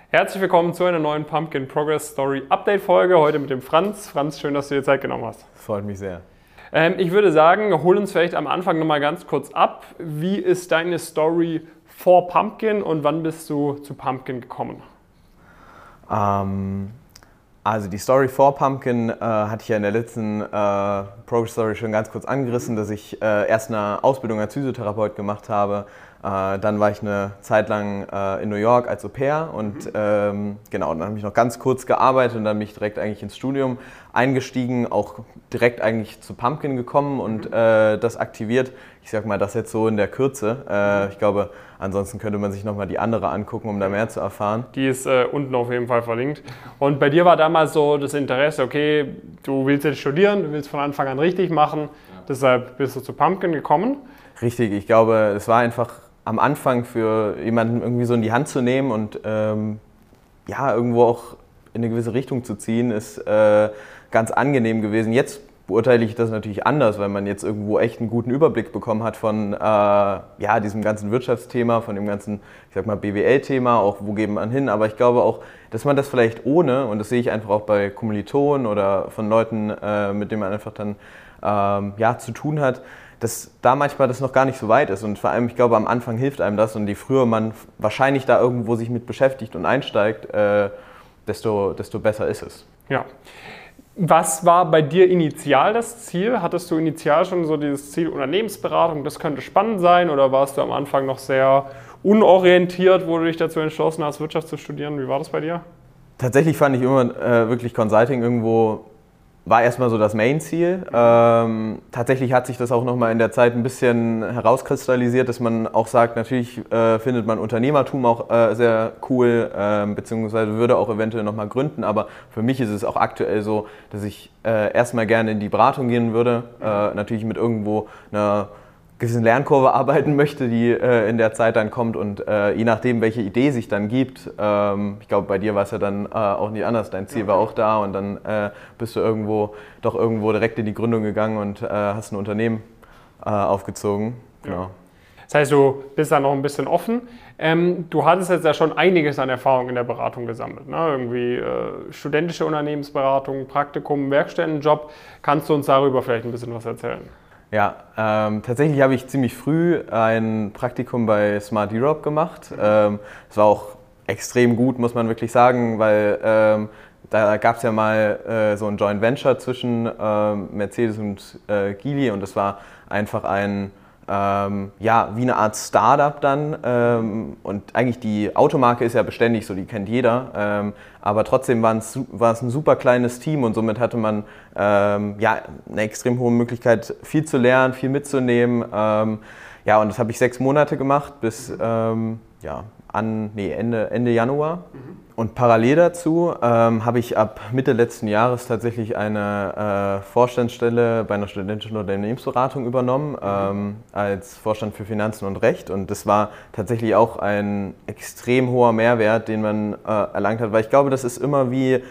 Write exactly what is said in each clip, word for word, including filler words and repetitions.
Herzlich willkommen zu einer neuen Pumpkin Progress Story Update Folge. Heute mit dem Franz. Franz, schön, dass du dir Zeit genommen hast. Das freut mich sehr. Ähm, ich würde sagen, hol uns vielleicht am Anfang nochmal ganz kurz ab. Wie ist deine Story vor Pumpkin und wann bist du zu Pumpkin gekommen? Ähm, also die Story vor Pumpkin äh, hatte ich ja in der letzten äh, Progress Story schon ganz kurz angerissen, dass ich äh, erst eine Ausbildung als Physiotherapeut gemacht habe. Äh, dann war ich eine Zeit lang äh, in New York als Au-pair und ähm, genau, dann habe ich noch ganz kurz gearbeitet und dann bin ich direkt eigentlich ins Studium eingestiegen, auch direkt eigentlich zu Pumpkin gekommen und äh, das aktiviert. Ich sag mal, das jetzt so in der Kürze. Äh, ich glaube, ansonsten könnte man sich nochmal die andere angucken, um da mehr zu erfahren. Die ist äh, unten auf jeden Fall verlinkt. Und bei dir war damals so das Interesse, okay, du willst jetzt studieren, du willst von Anfang an richtig machen, ja. Deshalb bist du zu Pumpkin gekommen. Richtig, ich glaube, es war einfach am Anfang für jemanden irgendwie so in die Hand zu nehmen und ähm, ja, irgendwo auch in eine gewisse Richtung zu ziehen, ist äh, ganz angenehm gewesen. Jetzt beurteile ich das natürlich anders, weil man jetzt irgendwo echt einen guten Überblick bekommen hat von äh, ja, diesem ganzen Wirtschaftsthema, von dem ganzen, ich sag mal, B W L-Thema, auch wo geht man hin. Aber ich glaube auch, dass man das vielleicht ohne, und das sehe ich einfach auch bei Kommilitonen oder von Leuten, äh, mit denen man einfach dann ähm, ja, zu tun hat, dass da manchmal das noch gar nicht so weit ist und vor allem, ich glaube, am Anfang hilft einem das und je früher man wahrscheinlich da irgendwo sich mit beschäftigt und einsteigt, äh, desto, desto besser ist es. Ja. Was war bei dir initial das Ziel? Hattest du initial schon so dieses Ziel Unternehmensberatung, das könnte spannend sein oder warst du am Anfang noch sehr unorientiert, wo du dich dazu entschlossen hast, Wirtschaft zu studieren? Wie war das bei dir? Tatsächlich fand ich immer äh, wirklich Consulting irgendwo war erstmal so das Main-Ziel. Ähm, tatsächlich hat sich das auch nochmal in der Zeit ein bisschen herauskristallisiert, dass man auch sagt, natürlich äh, findet man Unternehmertum auch äh, sehr cool, äh, beziehungsweise würde auch eventuell nochmal gründen, aber für mich ist es auch aktuell so, dass ich äh, erstmal gerne in die Beratung gehen würde, äh, natürlich mit irgendwo einer gewissen Lernkurve arbeiten möchte, die äh, in der Zeit dann kommt und äh, je nachdem, welche Idee sich dann gibt, ähm, ich glaube, bei dir war es ja dann äh, auch nicht anders, dein Ziel war auch da und dann äh, bist du irgendwo, doch irgendwo direkt in die Gründung gegangen und äh, hast ein Unternehmen äh, aufgezogen. Genau. Ja. Das heißt, du bist da noch ein bisschen offen. Ähm, du hattest jetzt ja schon einiges an Erfahrung in der Beratung gesammelt, ne? Irgendwie äh, studentische Unternehmensberatung, Praktikum, Werkstättenjob. Kannst du uns darüber vielleicht ein bisschen was erzählen? Ja, ähm, tatsächlich habe ich ziemlich früh ein Praktikum bei Smart Europe gemacht. Ähm, das war auch extrem gut, muss man wirklich sagen, weil ähm, da gab es ja mal äh, so ein Joint Venture zwischen ähm, Mercedes und äh, Geely und das war einfach ein, ähm, ja, wie eine Art Startup dann. Ähm, und eigentlich die Automarke ist ja beständig so, die kennt jeder. Ähm, aber trotzdem war es, war es ein super kleines Team und somit hatte man ähm, ja, eine extrem hohe Möglichkeit, viel zu lernen, viel mitzunehmen. Ähm, ja, und das habe ich sechs Monate gemacht bis ähm, ja, an, nee, Ende, Ende Januar. Mhm. Und parallel dazu ähm, habe ich ab Mitte letzten Jahres tatsächlich eine äh, Vorstandsstelle bei einer studentischen Unternehmensberatung übernommen, mhm. ähm, als Vorstand für Finanzen und Recht. Und das war tatsächlich auch ein extrem hoher Mehrwert, den man äh, erlangt hat, weil ich glaube, das ist immer wie,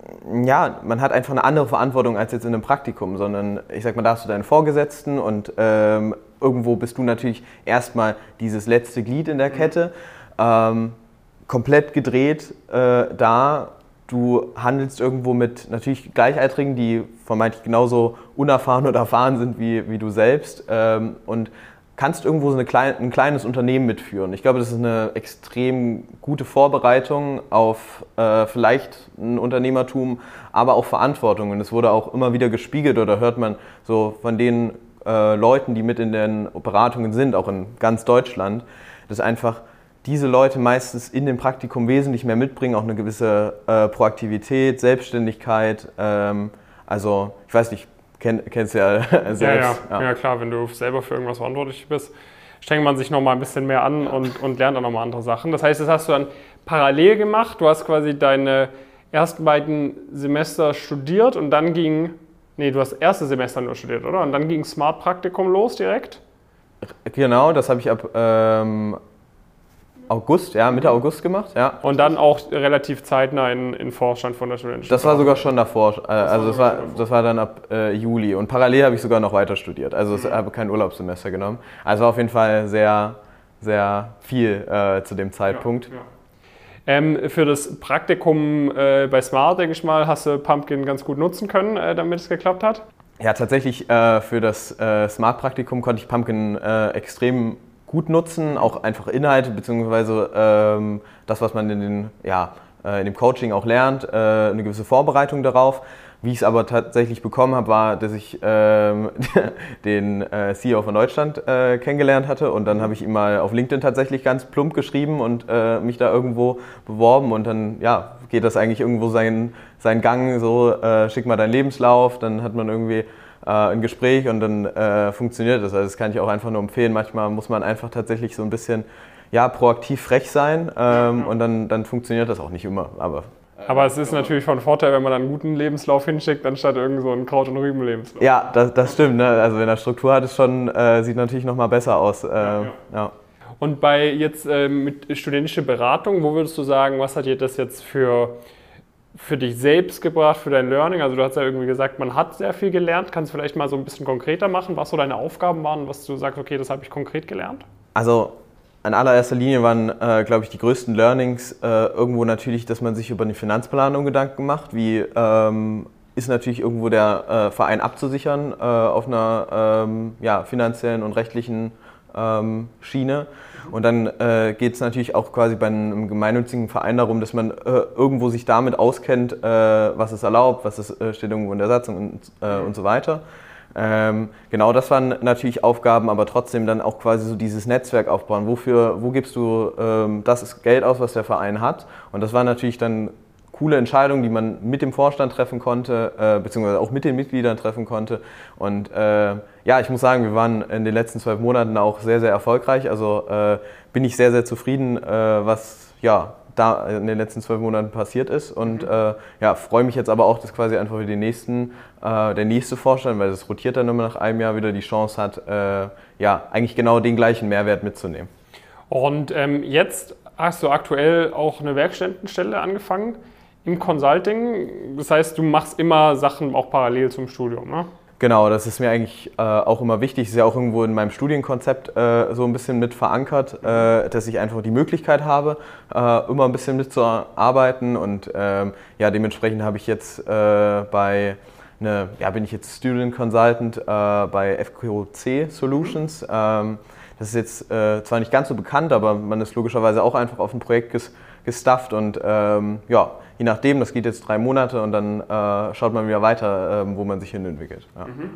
ja, man hat einfach eine andere Verantwortung als jetzt in einem Praktikum, sondern ich sag mal, da hast du deinen Vorgesetzten und ähm, irgendwo bist du natürlich erstmal dieses letzte Glied in der Kette. Ähm, komplett gedreht äh, da. Du handelst irgendwo mit natürlich Gleichaltrigen, die vermeintlich genauso unerfahren oder erfahren sind wie, wie du selbst ähm, und kannst irgendwo so eine klein, ein kleines Unternehmen mitführen. Ich glaube, das ist eine extrem gute Vorbereitung auf äh, vielleicht ein Unternehmertum, aber auch Verantwortung. Und es wurde auch immer wieder gespiegelt oder hört man so von den äh, Leuten, die mit in den Beratungen sind, auch in ganz Deutschland, dass einfach diese Leute meistens in dem Praktikum wesentlich mehr mitbringen, auch eine gewisse äh, Proaktivität, Selbstständigkeit. Ähm, also ich weiß nicht, kenn, kennst du ja selbst. Ja, ja. Ja. ja, klar, wenn du selber für irgendwas verantwortlich bist, strengt man sich nochmal ein bisschen mehr an und, und lernt dann nochmal andere Sachen. Das heißt, das hast du dann parallel gemacht, du hast quasi deine ersten beiden Semester studiert und dann ging, nee, du hast das erste Semester nur studiert, oder? Und dann ging Smart Praktikum los direkt? Genau, das habe ich ab ähm, August, ja, Mitte August gemacht, ja. Und dann auch relativ zeitnah in, in Vorstand von der studentischen Das war sogar schon davor, äh, also das war, das war dann ab äh, Juli und parallel habe ich sogar noch weiter studiert, also ich habe kein Urlaubssemester genommen. Also auf jeden Fall sehr, sehr viel äh, zu dem Zeitpunkt. Ja, ja. Ähm, für das Praktikum äh, bei Smart, denke ich mal, hast du Pumpkin ganz gut nutzen können, äh, damit es geklappt hat? Ja, tatsächlich äh, für das äh, Smart-Praktikum konnte ich Pumpkin äh, extrem gut nutzen, auch einfach Inhalte beziehungsweise ähm, das, was man in, den, ja, äh, in dem Coaching auch lernt, äh, eine gewisse Vorbereitung darauf. Wie ich es aber tatsächlich bekommen habe, war, dass ich ähm, den äh, C E O von Deutschland äh, kennengelernt hatte und dann habe ich ihm mal auf LinkedIn tatsächlich ganz plump geschrieben und äh, mich da irgendwo beworben und dann ja, geht das eigentlich irgendwo seinen, seinen Gang, so äh, schick mal deinen Lebenslauf, dann hat man irgendwie äh, ein Gespräch und dann äh, funktioniert das. Also das kann ich auch einfach nur empfehlen. Manchmal muss man einfach tatsächlich so ein bisschen ja, proaktiv frech sein ähm, und dann, dann funktioniert das auch nicht immer. Aber Aber es ist natürlich von Vorteil, wenn man einen guten Lebenslauf hinschickt, anstatt irgend so einen Kraut- und Rüben-Lebenslauf. Ja, das, das stimmt. Ne? Also wenn er Struktur hat, es schon, äh, sieht natürlich noch mal besser aus. Äh, ja, ja. Ja. Und bei jetzt äh, mit studentischer Beratung, wo würdest du sagen, was hat dir das jetzt für, für dich selbst gebracht, für dein Learning? Also du hast ja irgendwie gesagt, man hat sehr viel gelernt. Kannst du vielleicht mal so ein bisschen konkreter machen, was so deine Aufgaben waren, was du sagst, okay, das habe ich konkret gelernt? Also in allererster Linie waren, äh, glaube ich, die größten Learnings äh, irgendwo natürlich, dass man sich über eine Finanzplanung Gedanken macht. Wie ähm, ist natürlich irgendwo der äh, Verein abzusichern äh, auf einer ähm, ja, finanziellen und rechtlichen ähm, Schiene. Und dann äh, geht es natürlich auch quasi bei einem gemeinnützigen Verein darum, dass man äh, irgendwo sich damit auskennt, äh, was ist erlaubt, was ist, äh, steht irgendwo in der Satzung und, äh, und so weiter. Ähm, genau, das waren natürlich Aufgaben, aber trotzdem dann auch quasi so dieses Netzwerk aufbauen. Wofür, wo gibst du ähm, das Geld aus, was der Verein hat? Und das waren natürlich dann coole Entscheidungen, die man mit dem Vorstand treffen konnte, äh, beziehungsweise auch mit den Mitgliedern treffen konnte. Und äh, ja, ich muss sagen, wir waren in den letzten zwölf Monaten auch sehr, sehr erfolgreich. Also äh, bin ich sehr, sehr zufrieden, äh, was ja da in den letzten zwölf Monaten passiert ist und äh, ja, freue mich jetzt aber auch, dass quasi einfach für den nächsten, äh, der nächste Vorstand, weil das rotiert dann immer nach einem Jahr wieder, die Chance hat, äh, ja, eigentlich genau den gleichen Mehrwert mitzunehmen. Und ähm, jetzt hast du aktuell auch eine Werkstudentenstelle angefangen im Consulting, das heißt, du machst immer Sachen auch parallel zum Studium, ne? Genau, das ist mir eigentlich äh, auch immer wichtig. Das ist ja auch irgendwo in meinem Studienkonzept äh, so ein bisschen mit verankert, äh, dass ich einfach die Möglichkeit habe, äh, immer ein bisschen mitzuarbeiten. Und ähm, ja, dementsprechend habe ich jetzt äh, bei eine, ja, bin ich jetzt Student Consultant äh, bei F Q C Solutions. Ähm, das ist jetzt äh, zwar nicht ganz so bekannt, aber man ist logischerweise auch einfach auf ein Projekt ges gestafft und ähm, ja, je nachdem, das geht jetzt drei Monate und dann äh, schaut man wieder weiter, äh, wo man sich hin entwickelt. Ja. Mhm.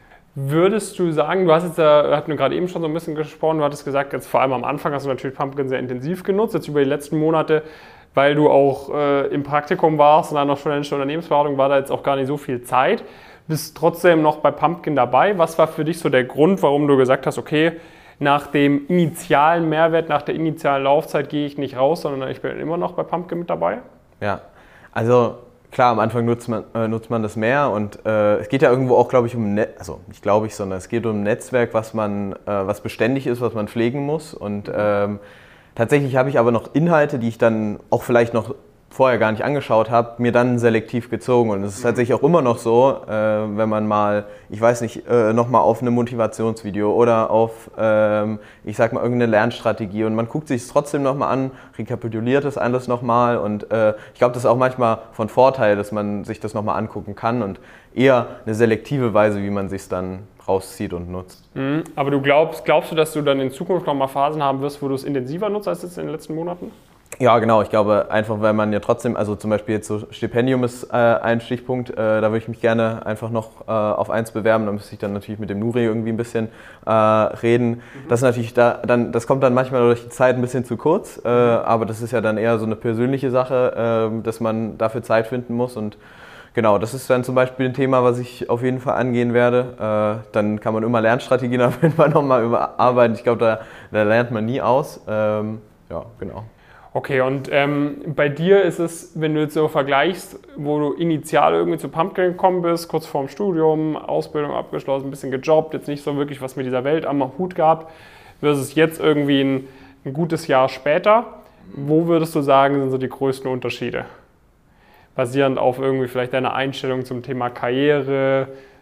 Würdest du sagen, du hast jetzt ja, hatten wir gerade eben schon so ein bisschen gesprochen, du hattest gesagt, jetzt vor allem am Anfang hast du natürlich Pumpkin sehr intensiv genutzt, jetzt über die letzten Monate, weil du auch äh, im Praktikum warst und dann noch studentische Unternehmensberatung, war da jetzt auch gar nicht so viel Zeit. Bist trotzdem noch bei Pumpkin dabei. Was war für dich so der Grund, warum du gesagt hast, okay, nach dem initialen Mehrwert, nach der initialen Laufzeit gehe ich nicht raus, sondern ich bin immer noch bei Pumpkin mit dabei? Ja, also klar, am Anfang nutzt man, äh, nutzt man das mehr und äh, es geht ja irgendwo auch, glaube ich, um, Net also nicht glaube ich, sondern es geht um ein Netzwerk, was man, äh, was beständig ist, was man pflegen muss und ähm, tatsächlich habe ich aber noch Inhalte, die ich dann auch vielleicht noch vorher gar nicht angeschaut habe, mir dann selektiv gezogen und es ist tatsächlich auch immer noch so, äh, wenn man mal, ich weiß nicht, äh, nochmal auf ein Motivationsvideo oder auf, ähm, ich sag mal, irgendeine Lernstrategie und man guckt sich es trotzdem nochmal an, rekapituliert das alles nochmal und äh, ich glaube, das ist auch manchmal von Vorteil, dass man sich das nochmal angucken kann und eher eine selektive Weise, wie man sich es dann rauszieht und nutzt. Mhm. Aber du glaubst, glaubst du, dass du dann in Zukunft nochmal Phasen haben wirst, wo du es intensiver nutzt als jetzt in den letzten Monaten? Ja, genau. Ich glaube einfach, weil man ja trotzdem, also zum Beispiel jetzt so Stipendium ist äh, ein Stichpunkt, äh, da würde ich mich gerne einfach noch äh, auf eins bewerben. Da müsste ich dann natürlich mit dem Nuri irgendwie ein bisschen äh, reden. Mhm. Das ist natürlich da, dann, das kommt dann manchmal durch die Zeit ein bisschen zu kurz, äh, aber das ist ja dann eher so eine persönliche Sache, äh, dass man dafür Zeit finden muss und genau, das ist dann zum Beispiel ein Thema, was ich auf jeden Fall angehen werde. Äh, dann kann man immer Lernstrategien auf jeden Fall nochmal überarbeiten. Ich glaube, da, da lernt man nie aus. Ähm, ja, genau. Okay, und ähm, bei dir ist es, wenn du jetzt so vergleichst, wo du initial irgendwie zu Pumpkin gekommen bist, kurz vorm Studium, Ausbildung abgeschlossen, ein bisschen gejobbt, jetzt nicht so wirklich was mit dieser Welt am Hut gehabt, versus jetzt irgendwie ein, ein gutes Jahr später. Wo würdest du sagen, sind so die größten Unterschiede? Basierend auf irgendwie vielleicht deiner Einstellung zum Thema Karriere,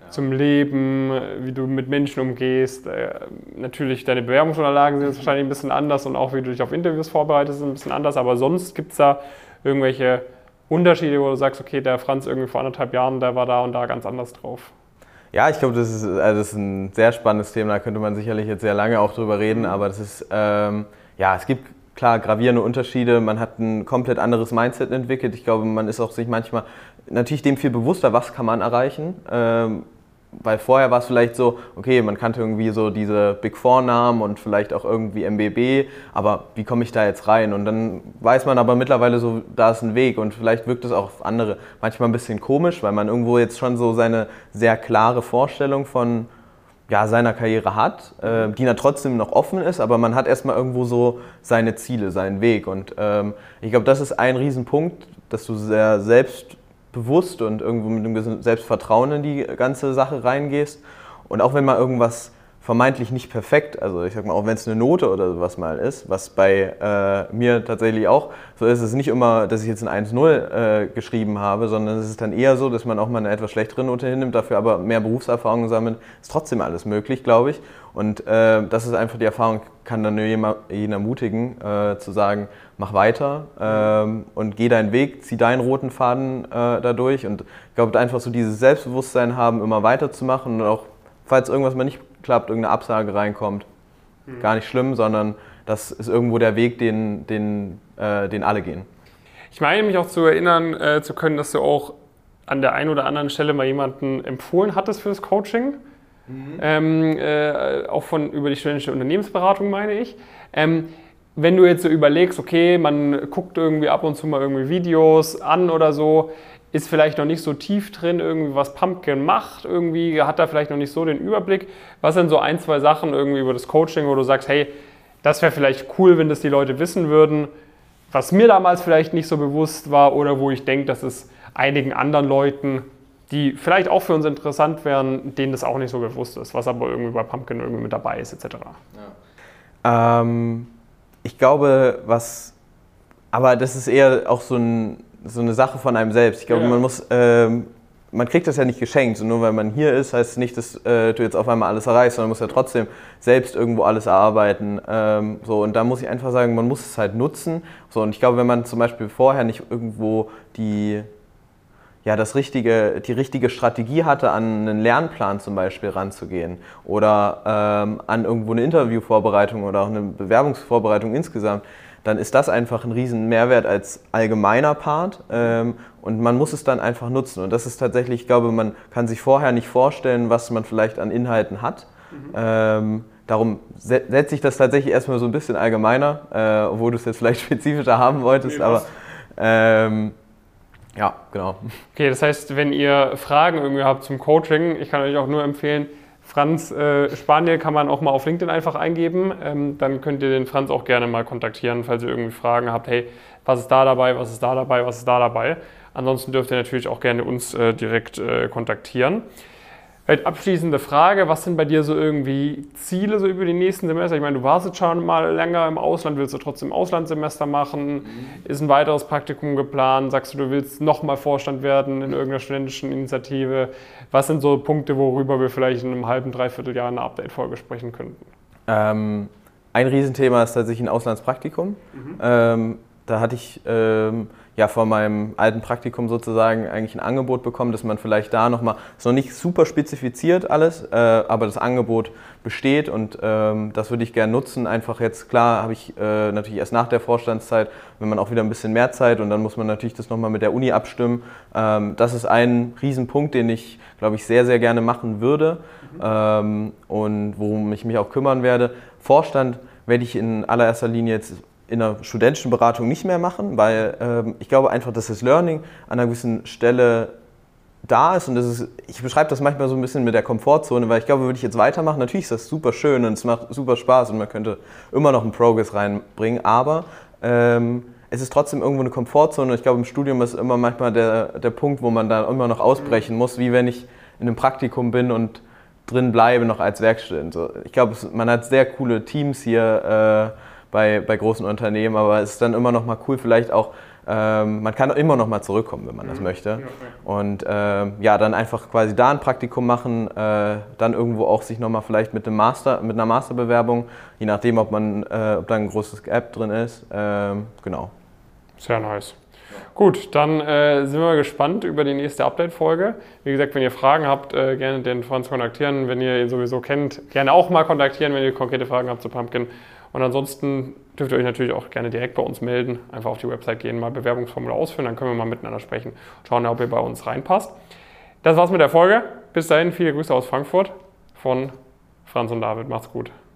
zum Leben, wie du mit Menschen umgehst. Äh, natürlich, deine Bewerbungsunterlagen sind jetzt wahrscheinlich ein bisschen anders und auch wie du dich auf Interviews vorbereitest, sind ein bisschen anders. Aber sonst gibt es da irgendwelche Unterschiede, wo du sagst, okay, der Franz irgendwie vor anderthalb Jahren, der war da und da ganz anders drauf. Ja, ich glaube, das ist, also das ist ein sehr spannendes Thema, da könnte man sicherlich jetzt sehr lange auch drüber reden, aber das ist, ähm, ja, es gibt klar gravierende Unterschiede, man hat ein komplett anderes Mindset entwickelt, ich glaube, man ist auch sich manchmal natürlich dem viel bewusster, was kann man erreichen, ähm, weil vorher war es vielleicht so, okay, man kannte irgendwie so diese Big Four Namen und vielleicht auch irgendwie M B B, aber wie komme ich da jetzt rein? Und dann weiß man aber mittlerweile so, da ist ein Weg und vielleicht wirkt es auch auf andere manchmal ein bisschen komisch, weil man irgendwo jetzt schon so seine sehr klare Vorstellung von ja, seiner Karriere hat, äh, die dann trotzdem noch offen ist, aber man hat erstmal irgendwo so seine Ziele, seinen Weg und ähm, ich glaube, das ist ein Riesenpunkt, dass du sehr selbst bewusst und irgendwo mit einem gewissen Selbstvertrauen in die ganze Sache reingehst. Und auch wenn mal irgendwas vermeintlich nicht perfekt, also ich sag mal, auch wenn es eine Note oder sowas mal ist, was bei äh, mir tatsächlich auch so ist, es ist nicht immer, dass ich jetzt ein eins null äh, geschrieben habe, sondern es ist dann eher so, dass man auch mal eine etwas schlechtere Note hinnimmt, dafür aber mehr Berufserfahrung sammelt, ist trotzdem alles möglich, glaube ich. Und äh, das ist einfach die Erfahrung, kann dann nur jeden ermutigen, äh, zu sagen, mach weiter ähm, und geh deinen Weg, zieh deinen roten Faden äh, dadurch. Und ich glaube, einfach so dieses Selbstbewusstsein haben, immer weiterzumachen und auch, falls irgendwas mal nicht klappt, irgendeine Absage reinkommt, mhm. gar nicht schlimm, sondern das ist irgendwo der Weg, den, den, äh, den alle gehen. Ich meine mich auch zu erinnern äh, zu können, dass du auch an der einen oder anderen Stelle mal jemanden empfohlen hattest für das Coaching. Mhm. Ähm, äh, auch von über die studentische Unternehmensberatung, meine ich. Ähm, wenn du jetzt so überlegst, okay, man guckt irgendwie ab und zu mal irgendwie Videos an oder so, ist vielleicht noch nicht so tief drin, irgendwie was Pumpkin macht, irgendwie hat da vielleicht noch nicht so den Überblick. Was sind so ein, zwei Sachen irgendwie über das Coaching, wo du sagst, hey, das wäre vielleicht cool, wenn das die Leute wissen würden, was mir damals vielleicht nicht so bewusst war oder wo ich denke, dass es einigen anderen Leuten, die vielleicht auch für uns interessant wären, denen das auch nicht so bewusst ist, was aber irgendwie bei Pumpkin irgendwie mit dabei ist, et cetera. Ja. Ähm, ich glaube, was, aber das ist eher auch so, ein, so eine Sache von einem selbst. Ich glaube, ja. man muss, ähm, man kriegt das ja nicht geschenkt. Und nur weil man hier ist, heißt es nicht, dass äh, du jetzt auf einmal alles erreichst, sondern man muss ja trotzdem selbst irgendwo alles erarbeiten. Ähm, so, und da muss ich einfach sagen, man muss es halt nutzen. So, und ich glaube, wenn man zum Beispiel vorher nicht irgendwo die ja, das richtige, die richtige Strategie hatte, an einen Lernplan zum Beispiel ranzugehen oder ähm, an irgendwo eine Interviewvorbereitung oder auch eine Bewerbungsvorbereitung insgesamt, dann ist das einfach ein riesen Mehrwert als allgemeiner Part ähm, und man muss es dann einfach nutzen. Und das ist tatsächlich, ich glaube, man kann sich vorher nicht vorstellen, was man vielleicht an Inhalten hat. Mhm. Ähm, darum setze ich das tatsächlich erstmal so ein bisschen allgemeiner, äh, obwohl du es jetzt vielleicht spezifischer haben wolltest, nee, aber ähm, ja, genau. Okay, das heißt, wenn ihr Fragen irgendwie habt zum Coaching, ich kann euch auch nur empfehlen, Franz äh, Spaniel kann man auch mal auf LinkedIn einfach eingeben. Ähm, dann könnt ihr den Franz auch gerne mal kontaktieren, falls ihr irgendwie Fragen habt. Hey, was ist da dabei, was ist da dabei, was ist da dabei? Ansonsten dürft ihr natürlich auch gerne uns äh, direkt äh, kontaktieren. Abschließende Frage, was sind bei dir so irgendwie Ziele so über die nächsten Semester? Ich meine, du warst jetzt schon mal länger im Ausland, willst du trotzdem Auslandssemester machen? Mhm. Ist ein weiteres Praktikum geplant? Sagst du, du willst nochmal Vorstand werden in irgendeiner studentischen Initiative? Was sind so Punkte, worüber wir vielleicht in einem halben, dreiviertel Jahr eine Update-Folge sprechen könnten? Ähm, ein Riesenthema ist tatsächlich ein Auslandspraktikum. Mhm. Ähm, da hatte ich ähm, ja von meinem alten Praktikum sozusagen eigentlich ein Angebot bekommen, dass man vielleicht da nochmal, ist noch nicht super spezifiziert alles, äh, aber das Angebot besteht und ähm, das würde ich gerne nutzen. Einfach jetzt, klar, habe ich äh, natürlich erst nach der Vorstandszeit, wenn man auch wieder ein bisschen mehr Zeit und dann muss man natürlich das nochmal mit der Uni abstimmen. Ähm, das ist ein Riesenpunkt, den ich, glaube ich, sehr, sehr gerne machen würde mhm. ähm, und worum ich mich auch kümmern werde. Vorstand werde ich in allererster Linie jetzt in der studentischen Beratung nicht mehr machen, weil ähm, ich glaube einfach, dass das Learning an einer gewissen Stelle da ist und das ist, ich beschreibe das manchmal so ein bisschen mit der Komfortzone, weil ich glaube, würde ich jetzt weitermachen, natürlich ist das super schön und es macht super Spaß und man könnte immer noch einen Progress reinbringen, aber ähm, es ist trotzdem irgendwo eine Komfortzone und ich glaube, im Studium ist immer manchmal der, der Punkt, wo man da immer noch ausbrechen muss, wie wenn ich in einem Praktikum bin und drin bleibe noch als Werkstudent. So, ich glaube, man hat sehr coole Teams hier, äh, Bei, bei großen Unternehmen, aber es ist dann immer noch mal cool, vielleicht auch Ähm, man kann immer noch mal zurückkommen, wenn man mhm. das möchte. Ja, okay. Und ähm, ja, dann einfach quasi da ein Praktikum machen, äh, dann irgendwo auch sich noch mal vielleicht mit, einem Master, mit einer Masterbewerbung, je nachdem, ob, man, äh, ob da ein großes Gap drin ist. Ähm, genau. Sehr nice. Gut, dann äh, sind wir gespannt über die nächste Update-Folge. Wie gesagt, wenn ihr Fragen habt, äh, gerne den Franz kontaktieren. Wenn ihr ihn sowieso kennt, gerne auch mal kontaktieren, wenn ihr konkrete Fragen habt zu Pumpkin. Und ansonsten dürft ihr euch natürlich auch gerne direkt bei uns melden. Einfach auf die Website gehen, mal Bewerbungsformular ausfüllen, dann können wir mal miteinander sprechen und schauen, ob ihr bei uns reinpasst. Das war's mit der Folge. Bis dahin, viele Grüße aus Frankfurt von Franz und David. Macht's gut.